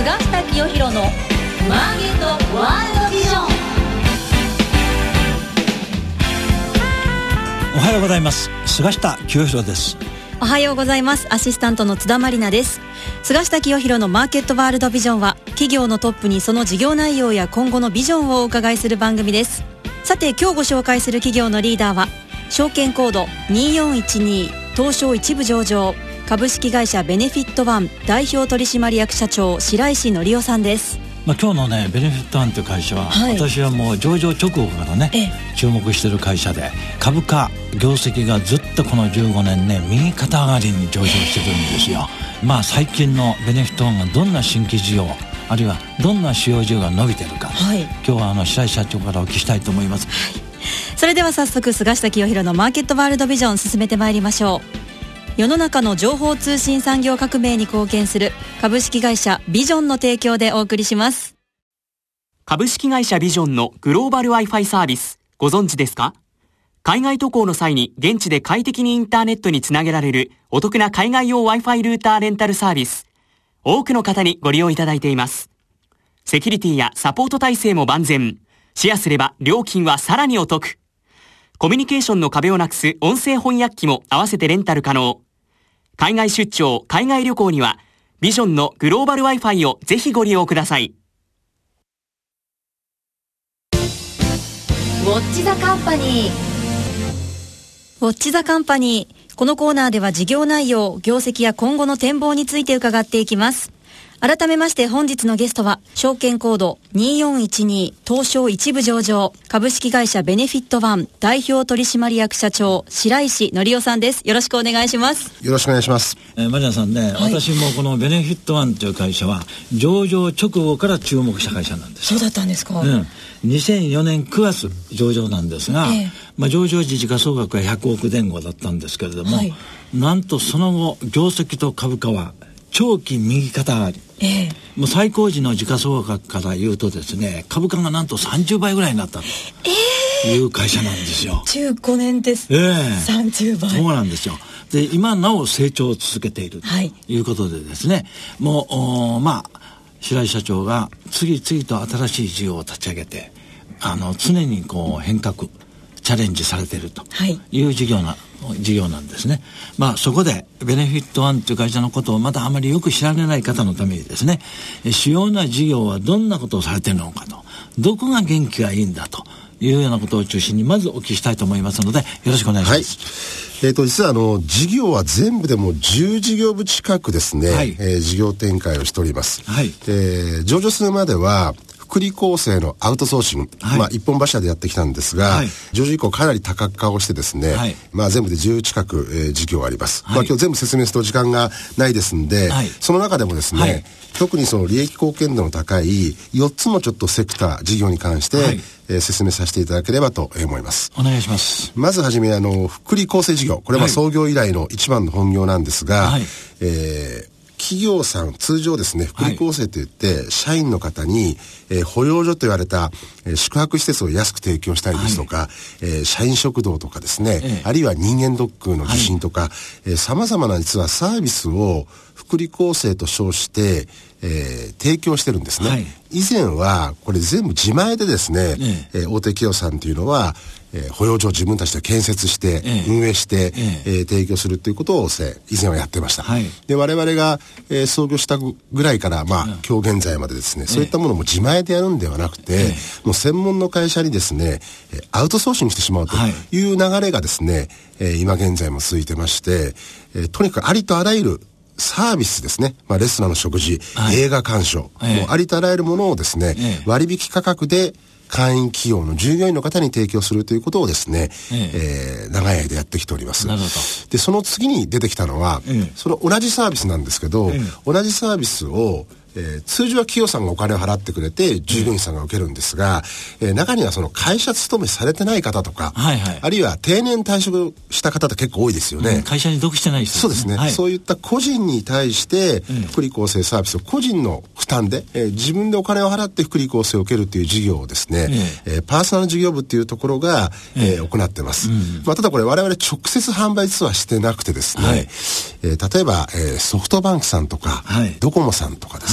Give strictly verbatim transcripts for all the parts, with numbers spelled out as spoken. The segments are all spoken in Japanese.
下清弘のマーケットワールドビジョン。 おはようございます。菅下清弘です。 おはようございます。アシスタントの津田まりなです。菅下清弘のマーケットワールドビジョンは、企業のトップにその事業内容や今後のビジョンをお伺いする番組です。さて、今日ご紹介する企業のリーダーは、証券コードにーよんいちに東証一部上場株式会社ベネフィットワン代表取締役社長白石則夫さんです。 まあ、今日のねベネフィットワンという会社は、はい、私はもう上場直後からね、ええ、注目している会社で、株価業績がずっとこのじゅうごねんね右肩上がりに上昇してるんですよ。まあ最近のベネフィットワンがどんな新規事業、あるいはどんな主要事業が伸びているか、はい、今日はあの白石社長からお聞きしたいと思います。はい、 それでは早速菅下清弘のマーケットワールドビジョン進めてまいりましょう。世の中の情報通信産業革命に貢献する株式会社ビジョンの提供でお送りします。 株式会社ビジョンのグローバル Wi-Fi サービス、ご存知ですか？海外渡航の際に現地で快適にインターネットにつなげられるお得な海外用 Wi-Fi ルーターレンタルサービス。多くの方にご利用いただいています。セキュリティやサポート体制も万全。シェアすれば料金はさらにお得。コミュニケーションの壁をなくす音声翻訳機も合わせてレンタル可能。海外出張、海外旅行にはビジョンのグローバル Wi-Fi をぜひご利用ください。 ウォッチザカンパニー。 ウォッチザカンパニー。このコーナーでは事業内容、業績や今後の展望について伺っていきます。改めまして本日のゲストは、証券コードにーよんいちに東証一部上場株式会社ベネフィットワン代表取締役社長白石則夫さんです。よろしくお願いします。 よろしくお願いします。 えー、マリナさんね、はい、私もこのベネフィットワンという会社は上場直後から注目した会社なんです。 そうだったんですか。 うん、にせんよねんくがつ上場なんですが、えーまあ、上場時時価総額はひゃくおくぜん後だったんですけれども、はい、なんとその後業績と株価は長期右肩上がり、えー、もう最高時の時価総額から言うとですね、株価がなんとさんじゅうばいぐらいになったという会社なんですよ。 じゅうごねんです、えー、さんじゅうばい。 そうなんですよ。で今なお成長を続けているということでですね、はい、もうまあ白石社長が次々と新しい事業を立ち上げて、あの常にこう変革チャレンジされているという事業な、はい、事業なんですね。まあそこでベネフィットワンという会社のことをまだあまりよく知られない方のためにですね、主要な事業はどんなことをされているのかと、どこが元気がいいんだというようなことを中心にまずお聞きしたいと思いますので、よろしくお願いします。 はい、えーと、実はあの事業は全部でもじゅうじぎょうぶ近くですね、はい、えー、事業展開をしております。はい、えー、上場するまでは福利厚生のアウトソーシング、はい、まあ一本柱でやってきたんですが、はい、上場以降かなり多角化をしてですね、はい、まあ全部でじゅう近く、えー、事業あります。はい、まあ今日全部説明すると時間がないですんで、はい、その中でもですね、はい、特にその利益貢献度の高いよっつのちょっとセクター事業に関して、はい、えー、説明させていただければと思います。 お願いします。 まずはじめあの福利厚生事業、これは創業以来の一番の本業なんですが、はい、えー企業さん通常ですね、福利厚生といって、はい、社員の方に、えー、保養所と言われた、えー、宿泊施設を安く提供したりですとか、はい、えー、社員食堂とかですね、ええ、あるいは人間ドックの受診とか、はい、えー、様々な実はサービスを福利厚生と称して、えー、提供してるんですね。はい、以前はこれ全部自前でですね、えええー、大手企業さんというのは、えー、保養所を自分たちで建設して、ええ、運営して、えええー、提供するということを以前はやってました。はい、で我々が、えー、創業したぐらいから、まあ、今日現在までですね、そういったものも自前でやるんではなくて、ええ、もう専門の会社にですね、アウトソーシングしてしまうという流れがですね、えー、今現在も続いてまして、えー、とにかくありとあらゆるサービスですね、まあ、レストランの食事、はい、映画鑑賞、ええ、もうありとあらゆるものをですね、ええ、割引価格で会員企業の従業員の方に提供するということをですね、えええー、長い間やってきております。なるほど。でその次に出てきたのは、ええ、その同じサービスなんですけど、ええ、同じサービスをえー、通常は企業さんがお金を払ってくれて従業員さんが受けるんですが、えー、中にはその会社勤めされてない方とか、はいはい、あるいは定年退職した方って結構多いですよね。うん、 会社に属してない人ですね。 そうですね、はい、そういった個人に対して福利厚生サービスを個人の負担で、えー、自分でお金を払って福利厚生を受けるという事業をですね、えーえー、パーソナル事業部っていうところが、えー、行ってます。うん、まあ、ただこれ我々直接販売実はしてなくてですね、はい、えー、例えば、えー、ソフトバンクさんとか、はい、ドコモさんとかです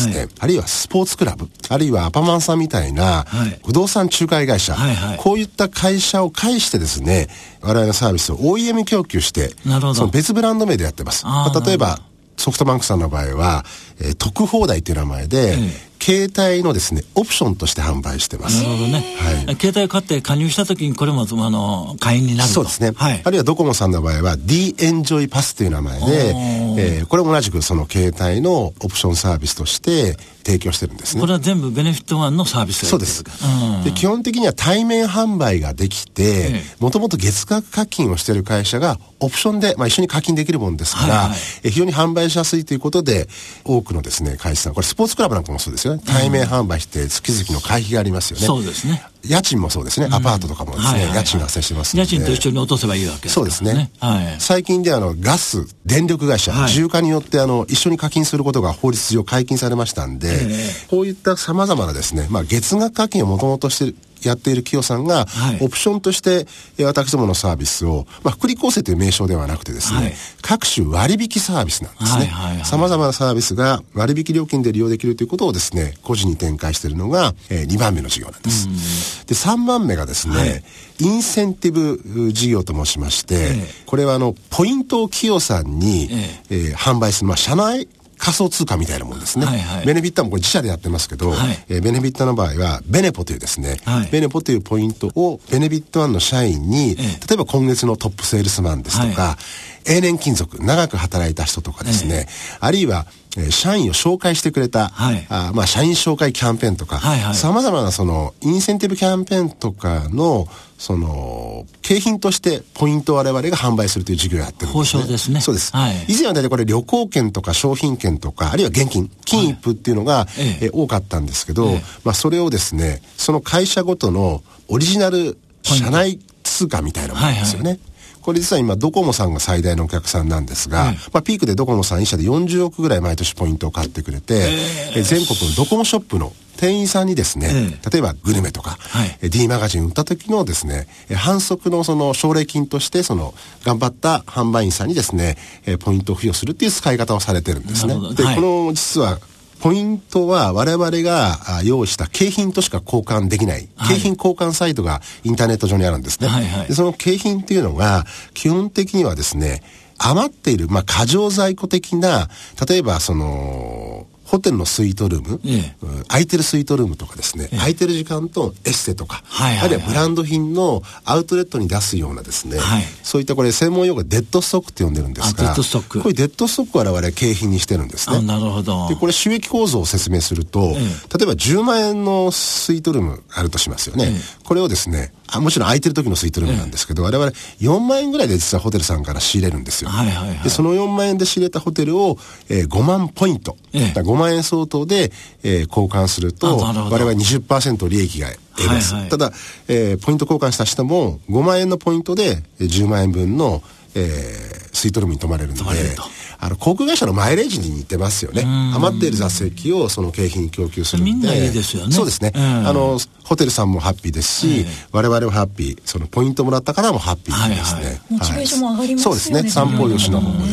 ね、 はい、 あるいはスポーツクラブ、あるいはアパマンさんみたいな不動産仲介会社、はいはい、こういった会社を介してですね、我々のサービスを オーイーエム 供給して、 なるほど、 その別ブランド名でやってます。まあ、例えばソフトバンクさんの場合は、えー、得放題という名前で、ええ、携帯のですねオプションとして販売してます。 なるほどね、はい、携帯を買って加入した時にこれもあの会員になると。 そうですね、はい、あるいはドコモさんの場合は D エンジョイパスという名前で、えー、これも同じくその携帯のオプションサービスとして提供してるんですね。 これは全部ベネフィットワンのサービスがそうです、うん、で基本的には対面販売ができて、もともと月額課金をしている会社がオプションで、まあ、一緒に課金できるものですから、はいはい、え非常に販売しやすいということで多くのですね会社さん、これスポーツクラブなんかもそうですよね、対面販売して月々の会費がありますよね。 そうですね。 家賃もそうですね、うん、アパートとかもですね、はいはいはい、家賃が発生してますので、 家賃と一緒に落とせばいいわけですからね。 そうですね、 はい、 最近であのガス電力会社、はい、自由化によってあの一緒に課金することが法律上解禁されましたんで、えー、こういったさまざまなですね、まあ、月額課金をもともとしてやっている企業さんが、はい、オプションとして私どものサービスを、まあ、福利厚生という名称ではなくてですね、はい、各種割引サービスなんですね。さまざまなサービスが割引料金で利用できるということをですね個人に展開しているのが、えー、にばんめの事業なんです。でさんばんめがですね、はい、インセンティブ事業と申しまして、えー、これはあのポイントを企業さんに、えーえー、販売する、まあ、社内仮想通貨みたいなもんですね、はいはい、ベネフィッタもこれ自社でやってますけど、はい、えー、ベネフィッタの場合はベネポというですね、はい、ベネポというポイントをベネフィットワンの社員に、えー、例えば今月のトップセールスマンですとか、はい、永年勤続長く働いた人とかですね、えー、あるいはえー、社員を紹介してくれた、はい、あまあ社員紹介キャンペーンとか、はいはい、様々なそのインセンティブキャンペーンとかのその景品としてポイントを我々が販売するという事業をやってるんですね。 報酬ですね。 そうです。 はい、 以前は大体これ旅行券とか商品券とかあるいは現金金一封っていうのが、はい、えー、多かったんですけど、えー、まあそれをですねその会社ごとのオリジナル社内通貨みたいなものですよね。はいはい、これ実は今ドコモさんが最大のお客さんなんですが、はい、まあ、ピークでドコモさんいっ社でよんじゅうおくぐらい毎年ポイントを買ってくれて、えー、全国のドコモショップの店員さんにですね、えー、例えばグルメとか、はい、D マガジン売った時のですね反則のその奨励金としてその頑張った販売員さんにですねポイントを付与するっていう使い方をされてるんですね。で、はい、この実はポイントは我々が用意した景品としか交換できない、はい、景品交換サイトがインターネット上にあるんですね。はいはい、でその景品っていうのが基本的にはですね余っている、まあ、過剰在庫的な例えばそのホテルのスイートルーム、ええ、空いてるスイートルームとかですね、ええ、空いてる時間とエステとか、はいはいはい、あるいはブランド品のアウトレットに出すようなですね、はい、そういったこれ専門用語でデッドストックって呼んでるんですが、 デッドストック、 これデッドストックを我々景品にしてるんですね。 あ、なるほど。 でこれ収益構造を説明すると、ええ、例えばじゅうまんえんのスイートルームあるとしますよね、ええ、これをですねあもちろん空いてる時のスイートルームなんですけど、ええ、我々よんまんえんぐらいで実はホテルさんから仕入れるんですよ、はいはいはい、でそのよんまんえんで仕入れたホテルを、えー、ごまんポイント、ええ、ごまんえん相当で、えー、交換すると我々 にじゅっパーセント 利益が得ます、はいはい、ただ、えー、ポイント交換した人もごまんえんのポイントでじゅうまんえんぶんの、えー、スイートルームに泊まれるのであの航空会社のマイレージに似てますよね。余っている座席をその景品に供給するんでみんないいですよね。 そうですね、あのホテルさんもハッピーですし、えー、我々もハッピー、そのポイントもらった方もハッピーですね、はいはい、 モチベーションも上がりますよね、 はい、そうですね、三方よしの方法です。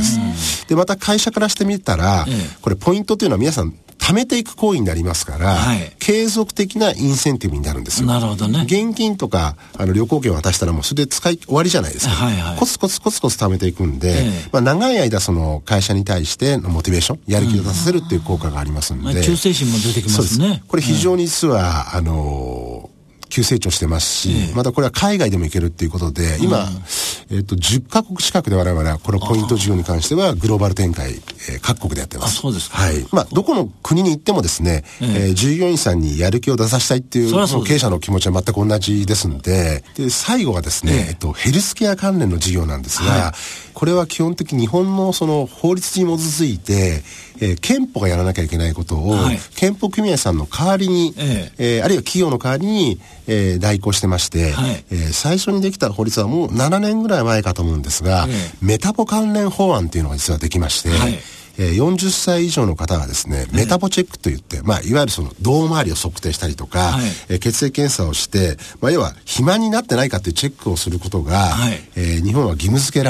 でまた会社からしてみたら、えー、これポイントというのは皆さん貯めていく行為になりますから、はい、継続的なインセンティブになるんですよ。 なるほどね。 現金とかあの旅行券を渡したらもうそれで使い終わりじゃないですか、はいはい、コツコツコツコツ貯めていくんで、えーまあ、長い間その会社に対してのモチベーションやる気を出させるっていう効果がありますんで、 うんまあ、救世心も出てきますね。 これ非常に実は、うん、あのー急成長してますし、ええ、またこれは海外でもいけるっていうことで、今、うん、えっと、じゅっカ国近くで我々はこのポイント事業に関してはグローバル展開、えー、各国でやってます。 あ、そうですか。 はい。まあ、どこの国に行ってもですね、えええー、従業員さんにやる気を出させたいっていう、その経営者の気持ちは全く同じですんで、で、最後はですね、えええっと、ヘルスケア関連の事業なんですが、はい、これは基本的に日本のその法律に基づいて、えー、憲法がやらなきゃいけないことを、はい、憲法組合さんの代わりに、えええー、あるいは企業の代わりに、えー、代行してまして、はいえー、最初にできた法律はもうななねんぐらい前かと思うんですが、ええ、メタボ関連法案っていうのが実はできまして、はいえー、よんじゅっさい以上の方がですね、メタボチェックといって、まあ、いわゆるその胴回りを測定したりとか、はいえー、血液検査をして、まあ、要は肥満になってないかっていうチェックをすることが、はいえー、日本は義務付けられたんです。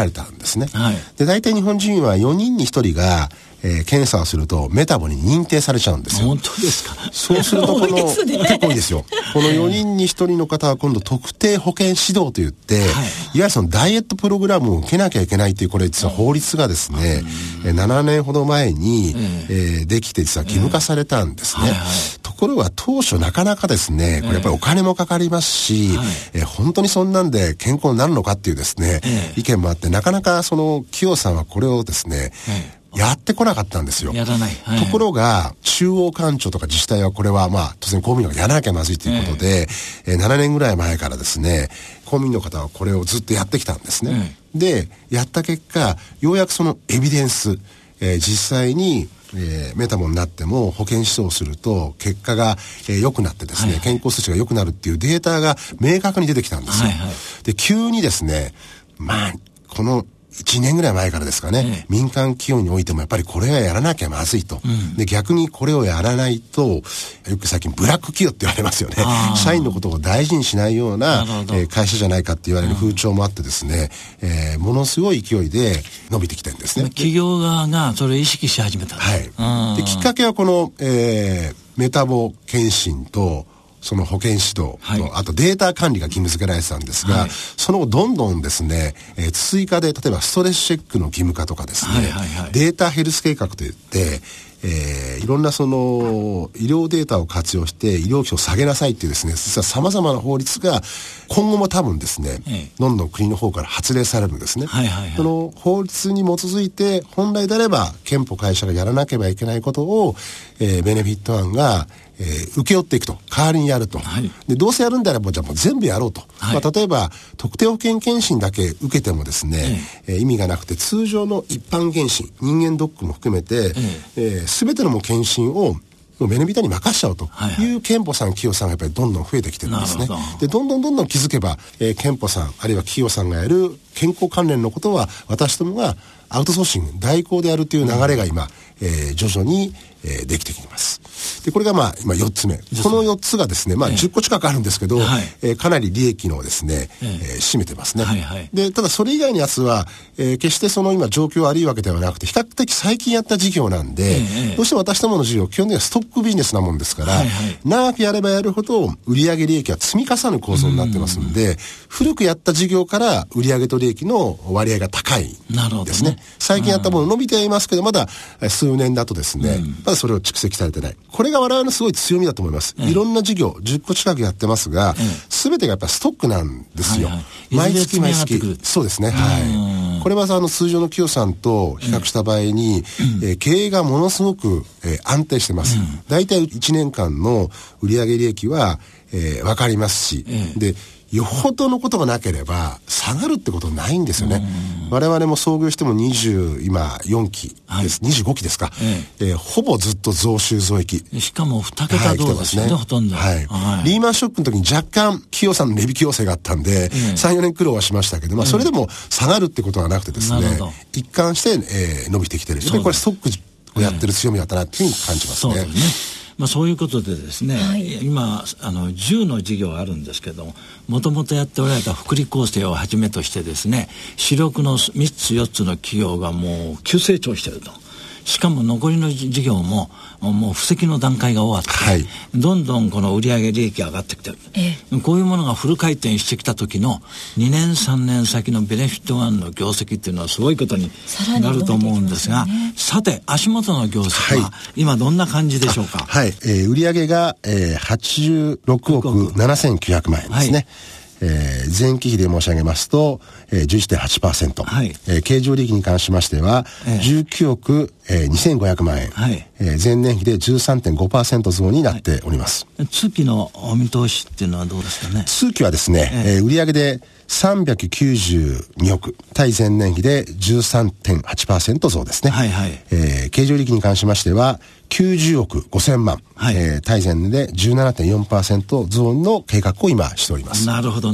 ですね。 はい、 で大体日本人はよにんにひとりが、えー、検査をするとメタボに認定されちゃうんですよ。 本当ですか。 そうするとこの多いですね、 結構多いですよ。このよにんにひとりの方は今度特定保健指導といって、はい、いわゆるそのダイエットプログラムを受けなきゃいけないという、これ実は法律がですね、えー、ななねんほど前に、えー、できて実は義務化されたんですね。 はいはい、 ところが当初なかなかですね、これやっぱりお金もかかりますし、はい、えー、本当にそんなんで健康になるのかっていうですね、えー、意見もあって、なかなかその企業さんはこれをですね、えーやってこなかったんですよ。 やらない。はい、 ところが、中央官庁とか自治体はこれはまあ、当然公務員がやらなきゃまずいということで、えーえー、ななねんぐらい前からですね、公務員の方はこれをずっとやってきたんですね。えー、で、やった結果、ようやくそのエビデンス、えー、実際に、えー、メタボになっても保健指導をすると結果が、えー、良くなってですね、はいはい、健康数値が良くなるっていうデータが明確に出てきたんですよ。はいはい、で、急にですね、まあ、この、いちねんぐらい前からですかね、ええ、民間企業においてもやっぱりこれはやらなきゃまずいと、うん、で逆にこれをやらないとよく最近ブラック企業って言われますよね。社員のことを大事にしないような、えー、会社じゃないかって言われる風潮もあってですね、うん、えー、ものすごい勢いで伸びてきてるんですね。 企業側がそれを意識し始めた。 はい。できっかけはこの、えー、メタボ検診とその保健指導の、はい、あとデータ管理が義務付けられてたんですが、はい、その後どんどんですね、えー、追加で例えばストレスチェックの義務化とかですね、はいはいはい、データヘルス計画といって、えー、いろんなその医療データを活用して医療費を下げなさいっていうですね、実は様々な法律が今後も多分ですね、ええ、どんどん国の方から発令されるんですね。はいはいはい、その法律に基づいて本来であれば憲法会社がやらなければいけないことを、えー、ベネフィット案がえー、請け負っていくと、代わりにやると、はい、でどうせやるんであればじゃあもう全部やろうと、はい、まあ、例えば特定保険検診だけ受けてもですね、えええー、意味がなくて通常の一般検診、人間ドックも含めて、えええー、全てのも検診をもうベネビタに任しちゃおうという健保さん、企業さんがやっぱりどんどん増えてきてるんですね。でどんどんどんどん気づけば、えー、健保さんあるいは企業さんがやる健康関連のことは私どもがアウトソーシング代行でやるという流れが今、えー、徐々に、えー、できてきています。でこれがまあ今よっつめ、このよっつがですね、まあじゅっこ近くあるんですけど、えーえー、かなり利益のですね、えーえー、占めてますね。はいはい、でただそれ以外のやつは、えー、決してその今状況悪いわけではなくて比較的最近やった事業なんで、えー、どうしても私どもの事業基本的にはストックビジネスなもんですから、はいはい、長くやればやるほど売上利益は積み重ねる構造になってますんで、ん古くやった事業から売上と利益の割合が高いんですね。ね、最近やったもの伸びてはいますけどまだ数年だとですね、うん、まだそれを蓄積されてない。これが我々のすごい強みだと思います。ええ、いろんな事業じゅっこ近くやってますが、すべ、ええ、てがやっぱストックなんですよ。はいはい、毎月毎月。そうですね。はい。これはあの通常の企業さんと比較した場合に、うん、えー、経営がものすごく、えー、安定してます。だいたいいちねんかんの売上利益は、えー、分かりますし、ええ、でよほどのことがなければ下がるってことないんですよね。我々も創業してもにじゅう今よんきです、はい、にじゅうごきですか、えええー、ほぼずっと増収増益、 しかもに桁増ですね、はい、ほとんど、 はいはい、リーマンショックの時に若干企業さんの値引き要請があったんで、ええ、さんよねん苦労はしましたけど、まあ、それでも下がるってことはなくてですね、一貫して、えー、伸びてきてる。やっぱりこれストックをやってる強みだったなっていうふうに感じますね。 そうですね。まあ、そういうことでですね、はい、今あのじゅうの事業あるんですけども、もともとやっておられた福利厚生をはじめとしてですね、主力のみっつよっつの企業がもう急成長していると。しかも残りの事業ももう布石の段階が終わって、はい、どんどんこの売上利益が上がってきてる、ええ、こういうものがフル回転してきた時のにねんさんねん先のベネフィットワンの業績っていうのはすごいことになると思うんですが、ね、さて足元の業績は今どんな感じでしょうか。 はい、えー、売上が、えー、はちじゅうろくおくななせんきゅうひゃくまんえんですね。はい、えー、前期比で申し上げますと、えー、じゅういちてんはちパーセント、はい、えー、経常利益に関しましては、えー、じゅうきゅうおくにせんごひゃくまんえん、はい、えー、前年比で じゅうさんてんごパーセント 増になっております。 はい、通期のお見通しっていうのはどうですかね。 通期はですね、えーえー、売上でさんびゃくきゅうじゅうにおく対前年比で じゅうさんてんはちパーセント 増ですね。はいはい、えー、経常利益に関しましてはきゅうじゅうおくごせんまん、はい、えー、対前年で じゅうななてんよんパーセント 増の計画を今しております。 なるほどね。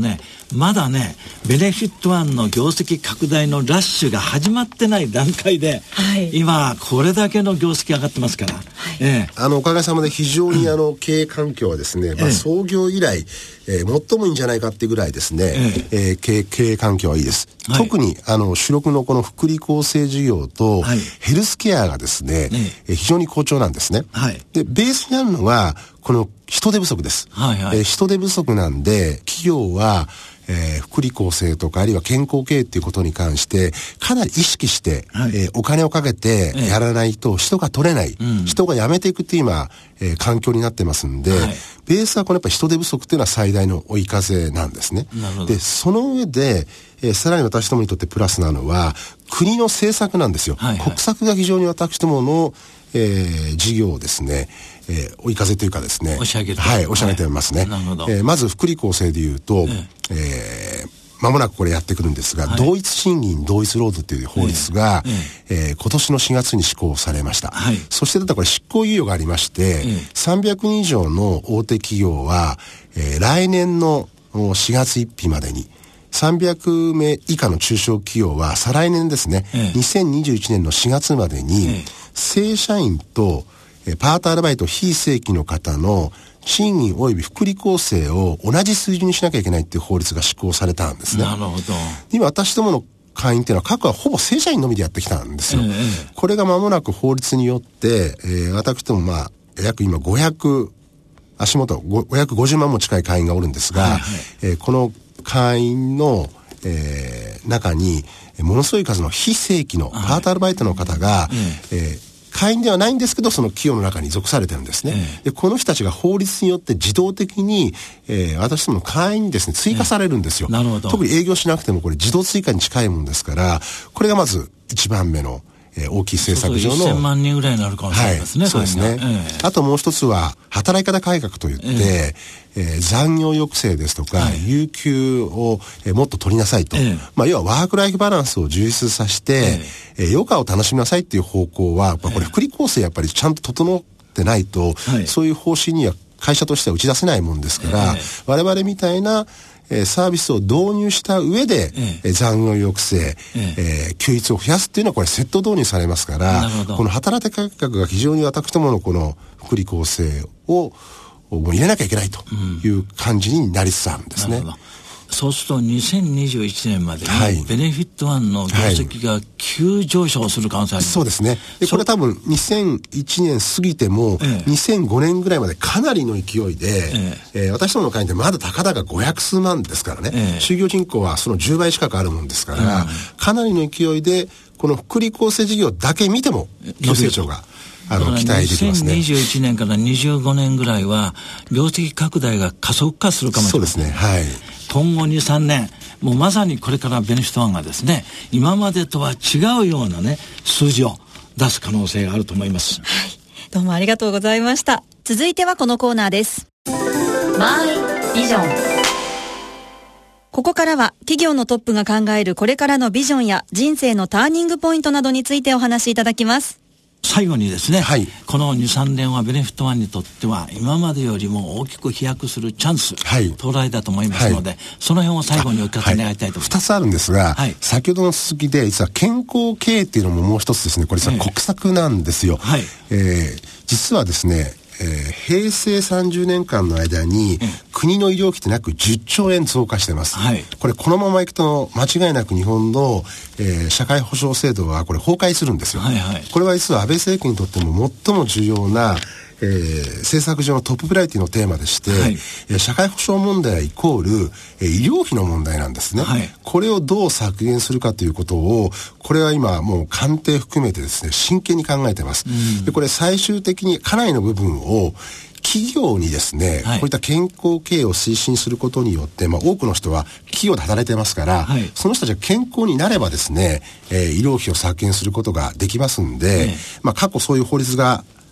まだねベネフィットワンの業績拡大のラッシュが始まってない段階で、はい、今これだけの業績上がってますから、はい、 ええ、あのおかげさまで非常にあの経営環境はですね、まあ、創業以来、えー、最もいいんじゃないかっていうぐらいですね、えええー、経, 経営環境はいいです、はい、特にあの主力のこの福利厚生事業とヘルスケアがですね、ええ、非常に好調なんですね、はい、でベースにあるのはこの人手不足です、はいはい、えー、人手不足なんで企業はえー、福利厚生とかあるいは健康経営っていうことに関してかなり意識して、はい、えー、お金をかけてやらないと人が取れない、えー、人が辞めていくっていう今、えー、環境になってますんで、はい、ベースはこのやっぱり人手不足っていうのは最大の追い風なんですね。なるほど。でその上で、えー、さらに私どもにとってプラスなのは国の政策なんですよ、はいはい、国策が非常に私どもの、えー、事業をですね、えー、追い風というかですね、 押し上げて、 はい、押し上げてますね、はい、なるほど。えー、まず福利厚生でいうと、えーえーまもなくこれやってくるんですが、はい、同一賃金同一労働という法律が、えーえー、今年のしがつに施行されました、はい、そしてだってこれ執行猶予がありまして、えー、さんびゃくにん以上の大手企業は、えー、来年のしがつついたちまでにさんびゃくめい以下の中小企業は再来年ですね、えー、にせんにじゅういちねんのしがつまでに、えー、正社員とパートアルバイト非正規の方の賃金及び福利厚生を同じ水準にしなきゃいけないっていう法律が施行されたんですね。 なるほど。 今私どもの会員っていうのは各はほぼ正社員のみでやってきたんですよ。えー、これが間もなく法律によって、えー、私どもまあ約今ごひゃく足元ごひゃくごじゅうまんも近い会員がおるんですが、はいはい、えー、この会員の、えー、中にものすごい数の非正規のパートアルバイトの方が、はい、えー会員ではないんですけどその企業の中に属されてるんですね、ええ、でこの人たちが法律によって自動的に、えー、私どもの会員にですね追加されるんですよ、ええ、なるほど。特に営業しなくてもこれ自動追加に近いもんですからこれがまず一番目の、えー、大きい政策上のそうそうせんまんにんぐらいになるかもしれないですね、はい、 そうですね、ええ、あともう一つは働き方改革といって、えええー、残業抑制ですとか、はい、有給を、えー、もっと取りなさいと、ええ、まあ、要はワークライフバランスを充実させて、えええー、余暇を楽しみなさいっていう方向は、まあ、これ福利厚生やっぱりちゃんと整ってないと、ええ、そういう方針には会社としては打ち出せないもんですから、ええ、我々みたいなえー、サービスを導入した上で、ええ、残業抑制、えええー、休日を増やすっていうのはこれセット導入されますからこの働き方改革が非常に私どものこの福利厚生をもう入れなきゃいけないという感じになりつつあるんですね、うん、なるほど。 そうするとにせんにじゅういちねんまでにベネフィットワンの業績が急上昇する可能性あります、はい、 そうですね。でこれ多分にせんいちねん過ぎても、ええ、にせんごねんぐらいまでかなりの勢いで、えええー、私どもの会員ってまだたかだかごひゃくすうまんですからね、ええ、就業人口はそのじゅうばい近くあるもんですから、うん、かなりの勢いでこの福利厚生事業だけ見ても急成長があの期待できますね。 にせんにじゅういちねんからにじゅうごねんぐらいは業績拡大が加速化するかもしれません。 そうですね。はい。 今後に、さんねんもうまさにこれからベネフィットワンがですね今までとは違うようなね数字を出す可能性があると思います。 はい、どうもありがとうございました。続いてはこのコーナーです。 マイビジョン。 ここからは企業のトップが考えるこれからのビジョンや人生のターニングポイントなどについてお話しいただきます。 最後にですね、はい、このに、さんねんはベネフィットワンにとっては今までよりも大きく飛躍するチャンス、はい、到来だと思いますので、はい、その辺を最後にお聞かせ願いたいと思います。 ふたつあるんですが、はい、先ほどの続きで実は健康経営っていうのももう一つですね、これ実は国策なんですよ、はい、えー、実はですねえー、平成さんじゅうねんかんの間に、うん、国の医療費って約じゅっちょうえん増加してます、はい、これこのままいくと間違いなく日本の、えー、社会保障制度はこれ崩壊するんですよ、はいはい、これは実は安倍政権にとっても最も重要なえー、政策上のトッププライオリティのテーマでして、はい、えー、社会保障問題イコール、えー、医療費の問題なんですね、はい、これをどう削減するかということをこれは今もう官邸含めてですね真剣に考えてます、うん、でこれ最終的にかなりの部分を企業にですね、はい、こういった健康経営を推進することによって、まあ、多くの人は企業で働いてますから、はい、その人たちが健康になればですね、えー、医療費を削減することができますんで、えーまあ、過去そういう法律が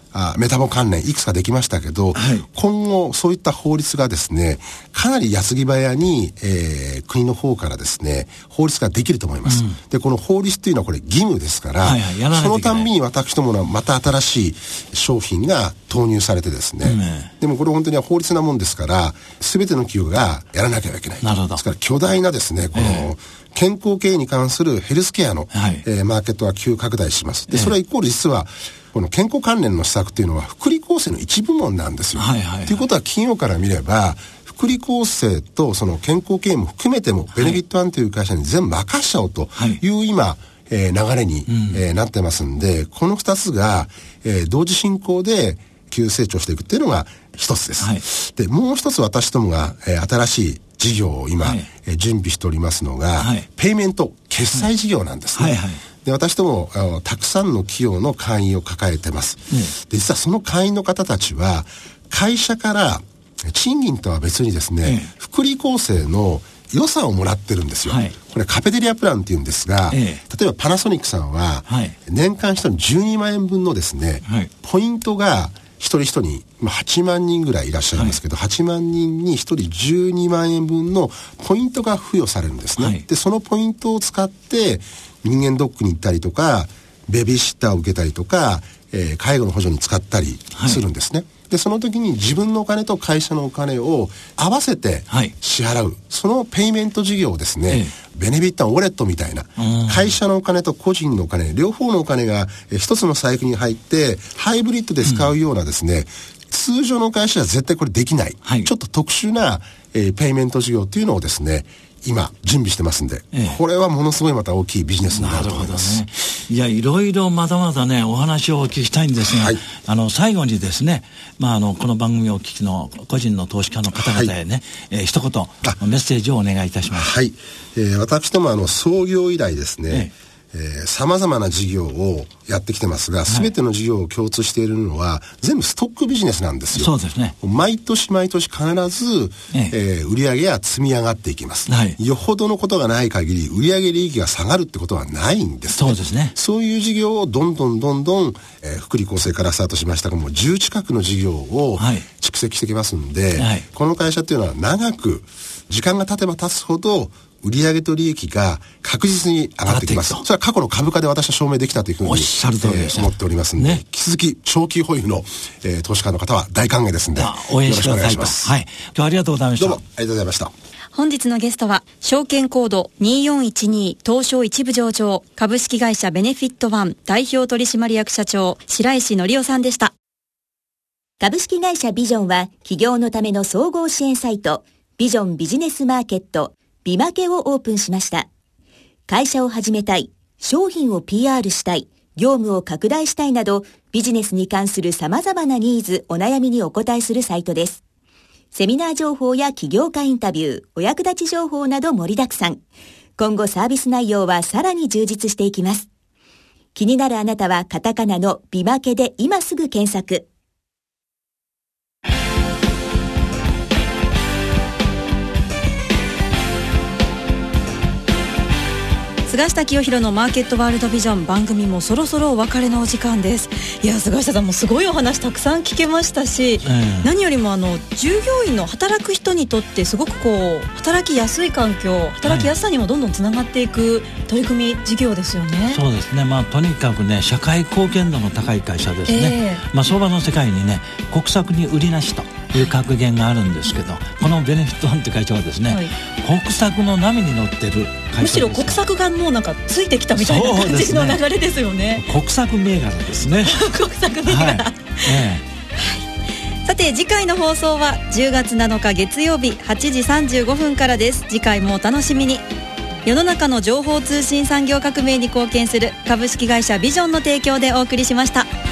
あメタボ関連いくつかできましたけど、はい、今後そういった法律がですねかなり矢継ぎ早に、えー、国の方からですね法律ができると思います、うん、でこの法律というのはこれ義務ですから、はいはい、やらないといけない。そのたんびに私どものまた新しい商品が投入されてですね、うん、でもこれ本当には法律なもんですから全ての企業がやらなきゃいけない。 なるほど。 ですから巨大なですねこの、えー健康経営に関するヘルスケアの、はいえー、マーケットが急拡大します。で、それはイコール実はこの健康関連の施策というのは福利厚生の一部門なんですよ。はいはいはい、ということは企業から見れば福利厚生とその健康経営も含めてもベネフィットワンという会社に全部任しちゃおうという今、えー、流れに、うんえー、なってますんで、この二つが、えー、同時進行で急成長していくっていうのが一つです。はい、で、もう一つ私どもが、えー、新しい事業を今、はいえー、準備しておりますのが、はい、ペイメント決済事業なんですね。はいはいはい、で私どもあのたくさんの企業の会員を抱えてます、うん、で実はその会員の方たちは会社から賃金とは別にですね、うん、福利厚生の予算をもらってるんですよ、はい、これカフェテリアプランっていうんですが、ええ、例えばパナソニックさんは、はい、年間一人じゅうにまんえんぶんのですね、はい、ポイントが一人一人、まあ、はちまんにんぐらいいらっしゃるんですけど、はい、はちまんにんに一人じゅうにまんえんぶんのポイントが付与されるんですね、はい、でそのポイントを使って人間ドックに行ったりとかベビーシッターを受けたりとか、えー、介護の補助に使ったりするんですね、はい、でその時に自分のお金と会社のお金を合わせて支払う、はい、そのペイメント事業をですね、ええベネフィットウォレットみたいな会社のお金と個人のお金両方のお金が一つの財布に入ってハイブリッドで使うようなですね、うん、通常の会社は絶対これできない、はい、ちょっと特殊な、えー、ペイメント事業っていうのをですね今準備してますんで、ええ、これはものすごいまた大きいビジネスになると思います。 なるほどね。いやいろいろまだまだねお話をお聞きしたいんですが、はい、あの最後にですね、まあ、あのこの番組をお聞きの個人の投資家の方々へね、はいえー、一言メッセージをお願いいたします。 はい、えー、私どもあの創業以来ですね、えええー、様々な事業をやってきてますが、すべての事業を共通しているのは、全部ストックビジネスなんですよ。 そうですね。 毎年毎年必ず、えええー、売上が積み上がっていきます。はい、よほどのことがない限り、売上利益が下がるってことはないんですね。 そうですね。 そういう事業をどんどんどんどん、えー、福利厚生からスタートしましたが、もうじゅう近くの事業を蓄積してきますんで、はい、この会社っていうのは長く、時間が経てば経つほど、売上と利益が確実に上がってきます。それは過去の株価で私は証明できたというふうに、 おっしゃる通りです、 えー、思っておりますので、ね、引き続き長期保有の、えー、投資家の方は大歓迎ですので、 応援してくださいと。はい。今日はありがとうございました。 どうもありがとうございました。 本日のゲストは証券コードによんいちに東証一部上場株式会社ベネフィットワン代表取締役社長白石則夫さんでした。 株式会社ビジョンは企業のための総合支援サイトビジョンビジネスマーケットビマケをオープンしました。会社を始めたい、商品を ピーアール したい、業務を拡大したいなどビジネスに関する様々なニーズ、お悩みにお答えするサイトです。セミナー情報や起業家インタビュー、お役立ち情報など盛りだくさん。今後サービス内容はさらに充実していきます。気になるあなたはカタカナのビマケで今すぐ検索。 菅下清弘のマーケットワールドビジョン、番組もそろそろお別れのお時間です。いや菅下さんもすごいお話たくさん聞けましたし、えー、何よりもあの従業員の働く人にとってすごくこう働きやすい環境、働きやすさにもどんどんつながっていく取り組み事業ですよね。 そうですね、まあ、とにかくね社会貢献度の高い会社ですね、えーまあ、相場の世界にね国策に売りなしという格言があるんですけど、このベネフィットワンという会社はですね、はい、国策の波に乗ってる会社です。 むしろ国策がもうなんかついてきたみたいな感じの流れですよね。 国策銘柄ですね国策銘柄、はいええ、さて次回の放送はじゅうがつなのか月曜日はちじさんじゅうごふんからです。次回もお楽しみに。世の中の情報通信産業革命に貢献する株式会社ビジョンの提供でお送りしました。